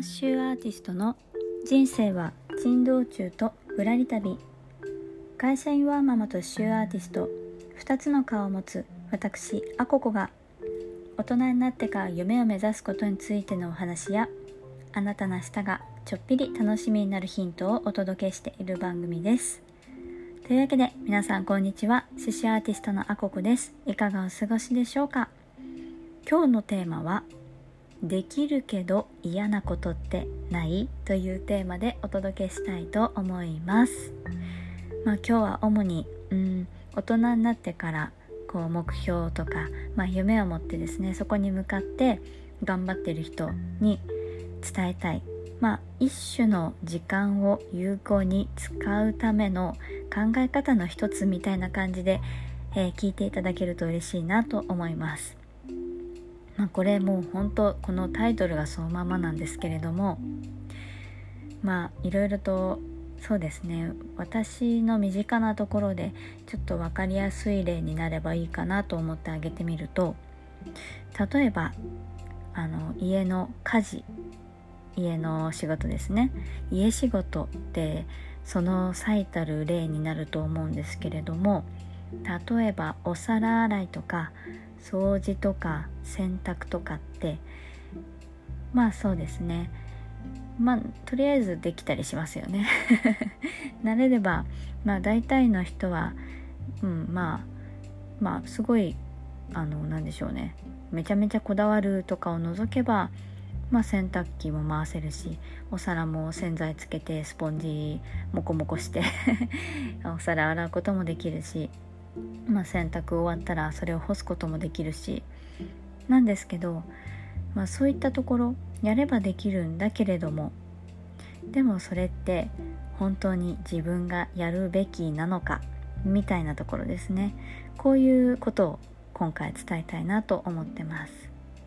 ンシュアーティストの人生は珍道中とぶらり旅。会社員ワーママとシュアーティスト、2つの顔を持つ私アココが大人になってから夢を目指すことについてのお話や、あなたの明日がちょっぴり楽しみになるヒントをお届けしている番組です。というわけで皆さんこんにちは、寿司アーティストのアココです。いかがお過ごしでしょうか。今日のテーマはできるけど嫌なことってないというテーマでお届けしたいと思います。今日は主に大人になってから目標とか、夢を持ってですね、そこに向かって頑張っている人に伝えたい、一種の時間を有効に使うための考え方の一つみたいな感じで、聞いていただけると嬉しいなと思います。これもう本当このタイトルがそのままなんですけれども、いろいろとそうですね、私の身近なところでちょっと分かりやすい例になればいいかなと思ってあげてみると、例えば家の家事、家の仕事ですね。家仕事ってその最たる例になると思うんですけれども、例えばお皿洗いとか掃除とか洗濯とかってそうですね、とりあえずできたりしますよね慣れれば大体の人はすごいなんでしょうね、めちゃめちゃこだわるとかを除けば洗濯機も回せるし、お皿も洗剤つけてスポンジモコモコしてお皿洗うこともできるし、洗濯終わったらそれを干すこともできるしなんですけど、そういったところやればできるんだけれども、でもそれって本当に自分がやるべきなのかみたいなところですね。こういうことを今回伝えたいなと思ってます。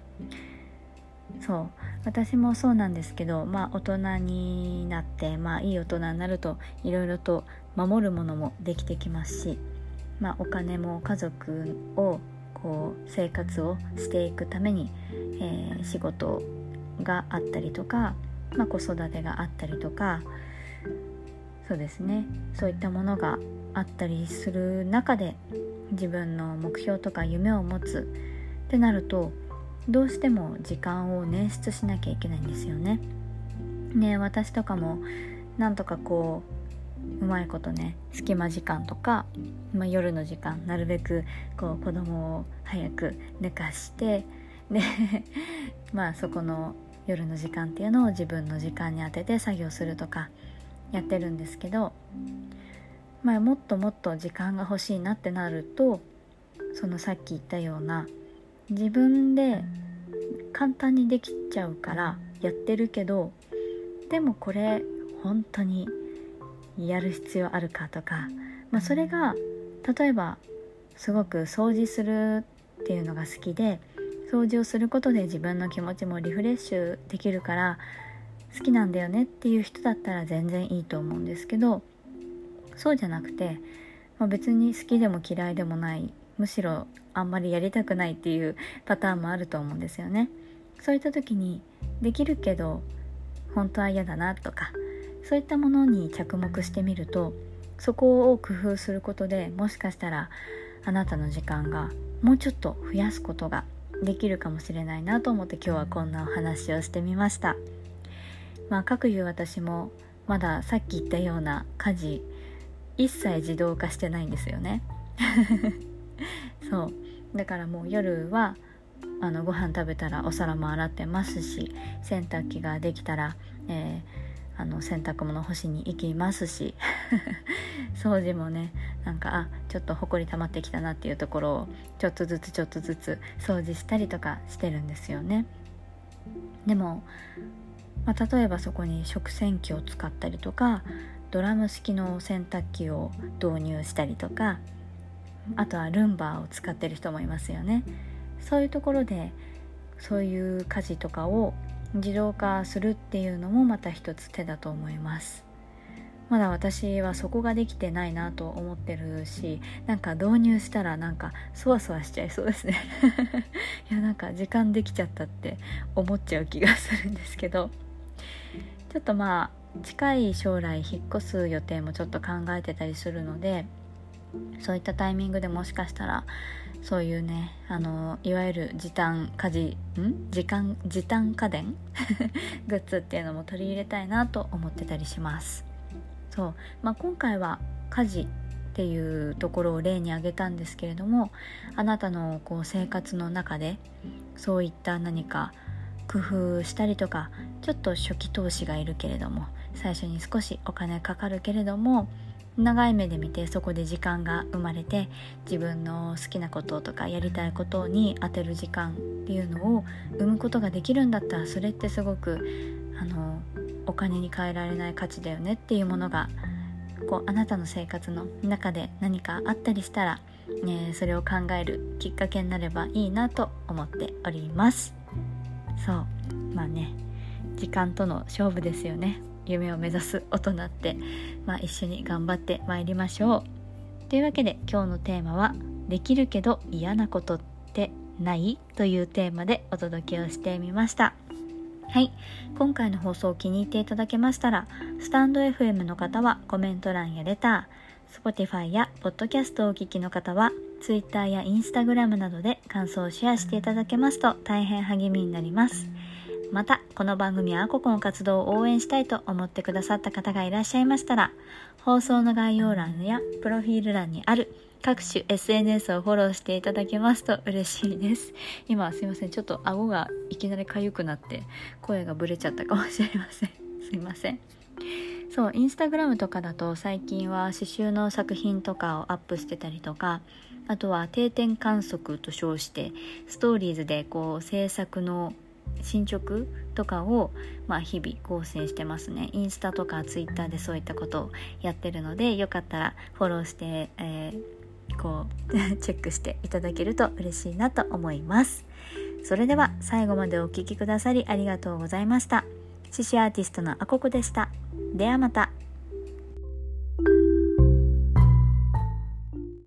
私もそうなんですけど、大人になって、いい大人になるといろいろと守るものもできてきますし、お金も家族を生活をしていくために、仕事があったりとか、子育てがあったりとか、そうですね、そういったものがあったりする中で自分の目標とか夢を持つってなると、どうしても時間を捻出しなきゃいけないんですよね。私とかもなんとかうまいことね、隙間時間とか、夜の時間なるべく子供を早く寝かしてでそこの夜の時間っていうのを自分の時間に当てて作業するとかやってるんですけど、もっともっと時間が欲しいなってなると、そのさっき言ったような自分で簡単にできちゃうからやってるけど、でもこれ本当にやる必要あるかとか、それが例えばすごく掃除するっていうのが好きで、掃除をすることで自分の気持ちもリフレッシュできるから好きなんだよねっていう人だったら全然いいと思うんですけど、そうじゃなくて、別に好きでも嫌いでもない、むしろあんまりやりたくないっていうパターンもあると思うんですよね。そういった時にできるけど本当は嫌だなとか、そういったものに着目してみると、そこを工夫することでもしかしたらあなたの時間がもうちょっと増やすことができるかもしれないなと思って、今日はこんなお話をしてみました。かくいう私もまださっき言ったような家事一切自動化してないんですよねそうだからもう夜はご飯食べたらお皿も洗ってますし、洗濯機ができたら、洗濯物干しに行きますし掃除もね、ちょっとほこり溜まってきたなっていうところをちょっとずつ掃除したりとかしてるんですよね。でも、例えばそこに食洗機を使ったりとか、ドラム式の洗濯機を導入したりとか、あとはルンバを使ってる人もいますよね。そういうところでそういう家事とかを自動化するっていうのもまた一つ手だと思います。まだ私はそこができてないなと思ってるし、導入したらそわそわしちゃいそうですねいや時間できちゃったって思っちゃう気がするんですけど、 ちょっと近い将来引っ越す予定もちょっと考えてたりするので、そういったタイミングでもしかしたらそういうね、いわゆる時短家電グッズっていうのも取り入れたいなと思ってたりします。そう、今回は家事っていうところを例に挙げたんですけれども、あなたの生活の中でそういった何か工夫したりとか、ちょっと初期投資がいるけれども、最初に少しお金かかるけれども、長い目で見てそこで時間が生まれて、自分の好きなこととかやりたいことに当てる時間っていうのを生むことができるんだったら、それってすごくお金に換えられない価値だよねっていうものがあなたの生活の中で何かあったりしたら、それを考えるきっかけになればいいなと思っております。そう時間との勝負ですよね。夢を目指す大人って、一緒に頑張ってまいりましょう。というわけで今日のテーマは、できるけど嫌なことってないというテーマでお届けをしてみました。はい、今回の放送を気に入っていただけましたら、スタンド FM の方はコメント欄やレター、Spotify やポッドキャストをお聞きの方は Twitter や Instagram などで感想をシェアしていただけますと大変励みになります。またこの番組やアココの活動を応援したいと思ってくださった方がいらっしゃいましたら、放送の概要欄やプロフィール欄にある各種 SNS をフォローしていただけますと嬉しいです。今すいません、ちょっと顎がいきなり痒くなって声がブレちゃったかもしれません。すいません。そう、インスタグラムとかだと最近は刺繍の作品とかをアップしてたりとか、あとは定点観測と称してストーリーズで制作の進捗とかを日々更新してますね。インスタとかツイッターでそういったことをやってるので、よかったらフォローして、チェックしていただけると嬉しいなと思います。それでは最後までお聞きくださりありがとうございました。刺繍アーティストのあここでした。ではまた。